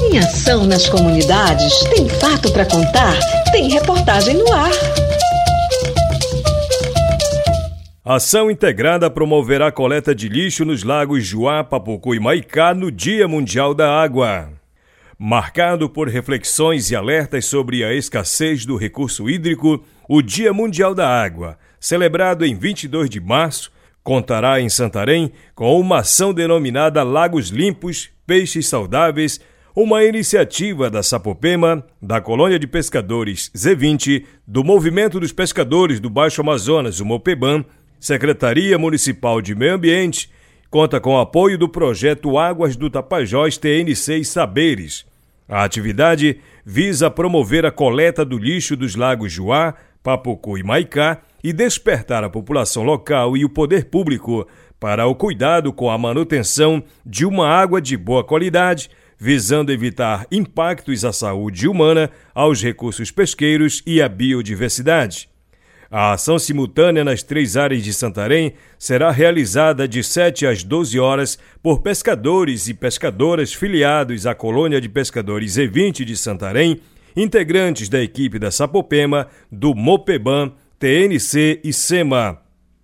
Tem ação nas comunidades? Tem fato para contar? Tem reportagem no ar. Ação integrada promoverá a coleta de lixo nos lagos Juá, Papocu e Maicá no Dia Mundial da Água. Marcado por reflexões e alertas sobre a escassez do recurso hídrico, o Dia Mundial da Água, celebrado em 22 de março, contará em Santarém com uma ação denominada Lagos Limpos, Peixes Saudáveis, uma iniciativa da Sapopema, da Colônia de Pescadores Z20, do Movimento dos Pescadores do Baixo Amazonas, o Mopebam, Secretaria Municipal de Meio Ambiente, conta com o apoio do projeto Águas do Tapajós TNC e Saberes. A atividade visa promover a coleta do lixo dos lagos Juá, Papocu e Maicá e despertar a população local e o poder público para o cuidado com a manutenção de uma água de boa qualidade, visando evitar impactos à saúde humana, aos recursos pesqueiros e à biodiversidade. A ação simultânea nas 3 áreas de Santarém será realizada de 7 às 12 horas por pescadores e pescadoras filiados à Colônia de Pescadores Z20 de Santarém, integrantes da equipe da Sapopema, do Mopebam, TNC e SEMA.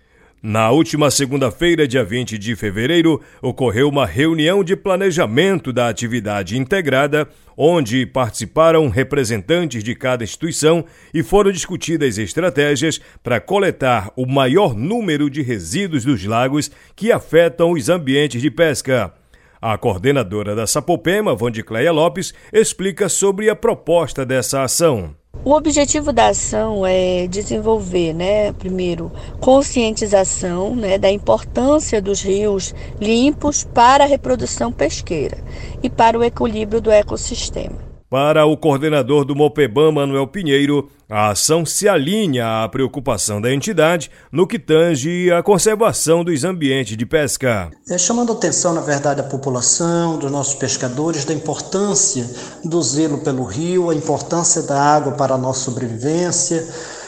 Na última segunda-feira, dia 20 de fevereiro, ocorreu uma reunião de planejamento da atividade integrada, onde participaram representantes de cada instituição e foram discutidas estratégias para coletar o maior número de resíduos dos lagos que afetam os ambientes de pesca. A coordenadora da Sapopema, Vandicleia Lopes, explica sobre a proposta dessa ação. O objetivo da ação é desenvolver, primeiro, conscientização, da importância dos rios limpos para a reprodução pesqueira e para o equilíbrio do ecossistema. Para o coordenador do Mopebam, Manuel Pinheiro, a ação se alinha à preocupação da entidade no que tange à conservação dos ambientes de pesca. Chamando atenção, na verdade, da população, dos nossos pescadores, da importância do zelo pelo rio, a importância da água para a nossa sobrevivência,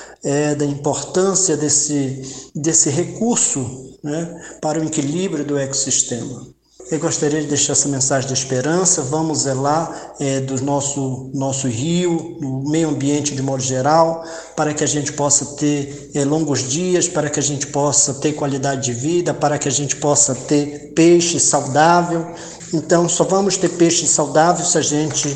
da importância desse recurso, para o equilíbrio do ecossistema. Eu gostaria de deixar essa mensagem de esperança. Vamos zelar do nosso rio, do meio ambiente de modo geral, para que a gente possa ter longos dias, para que a gente possa ter qualidade de vida, para que a gente possa ter peixe saudável. Então, só vamos ter peixe saudável se a gente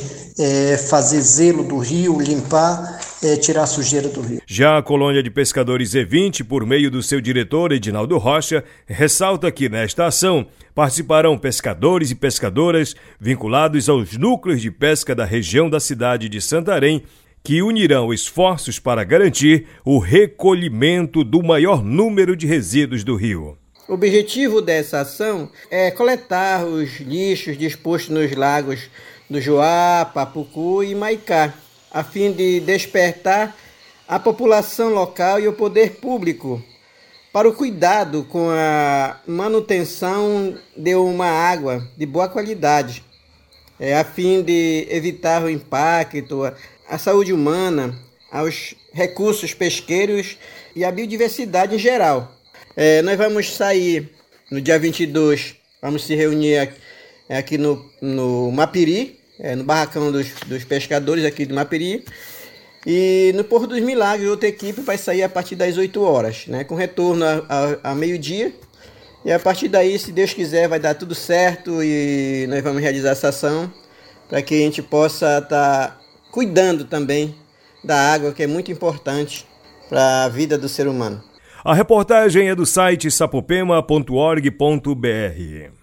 fazer zelo do rio, limpar, tirar a sujeira do rio. Já a Colônia de Pescadores Z20, por meio do seu diretor Edinaldo Rocha, ressalta que nesta ação participarão pescadores e pescadoras vinculados aos núcleos de pesca da região da cidade de Santarém, que unirão esforços para garantir o recolhimento do maior número de resíduos do rio. O objetivo dessa ação é coletar os lixos dispostos nos lagos do Juá, Papocu e Maicá, a fim de despertar a população local e o poder público para o cuidado com a manutenção de uma água de boa qualidade, a fim de evitar o impacto à saúde humana, aos recursos pesqueiros e à biodiversidade em geral. Nós vamos sair no dia 22, vamos se reunir aqui no Mapiri, no barracão dos pescadores aqui de Mapiri, e no Porto dos Milagres outra equipe vai sair a partir das 8 horas, com retorno a meio-dia, e a partir daí, se Deus quiser, vai dar tudo certo e nós vamos realizar essa ação para que a gente possa estar cuidando também da água, que é muito importante para a vida do ser humano. A reportagem é do site sapopema.org.br.